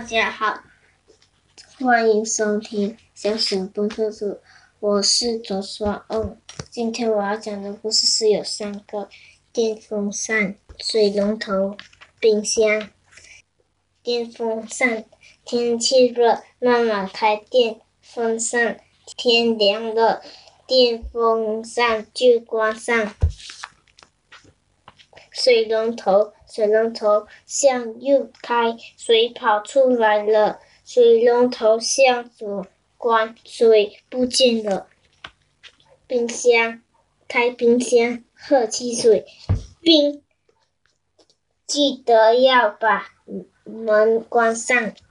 家好，欢迎收听小小播客组，我是左双欧。今天我要讲的故事是有3个：电风扇、水龙头、冰箱。电风扇，天气热，妈妈开电风扇，天凉了，电风扇就关上。水龙头向右开，水跑出来了。水龙头向左关，水不见了。冰箱，开冰箱，喝汽水，冰，记得要把门关上。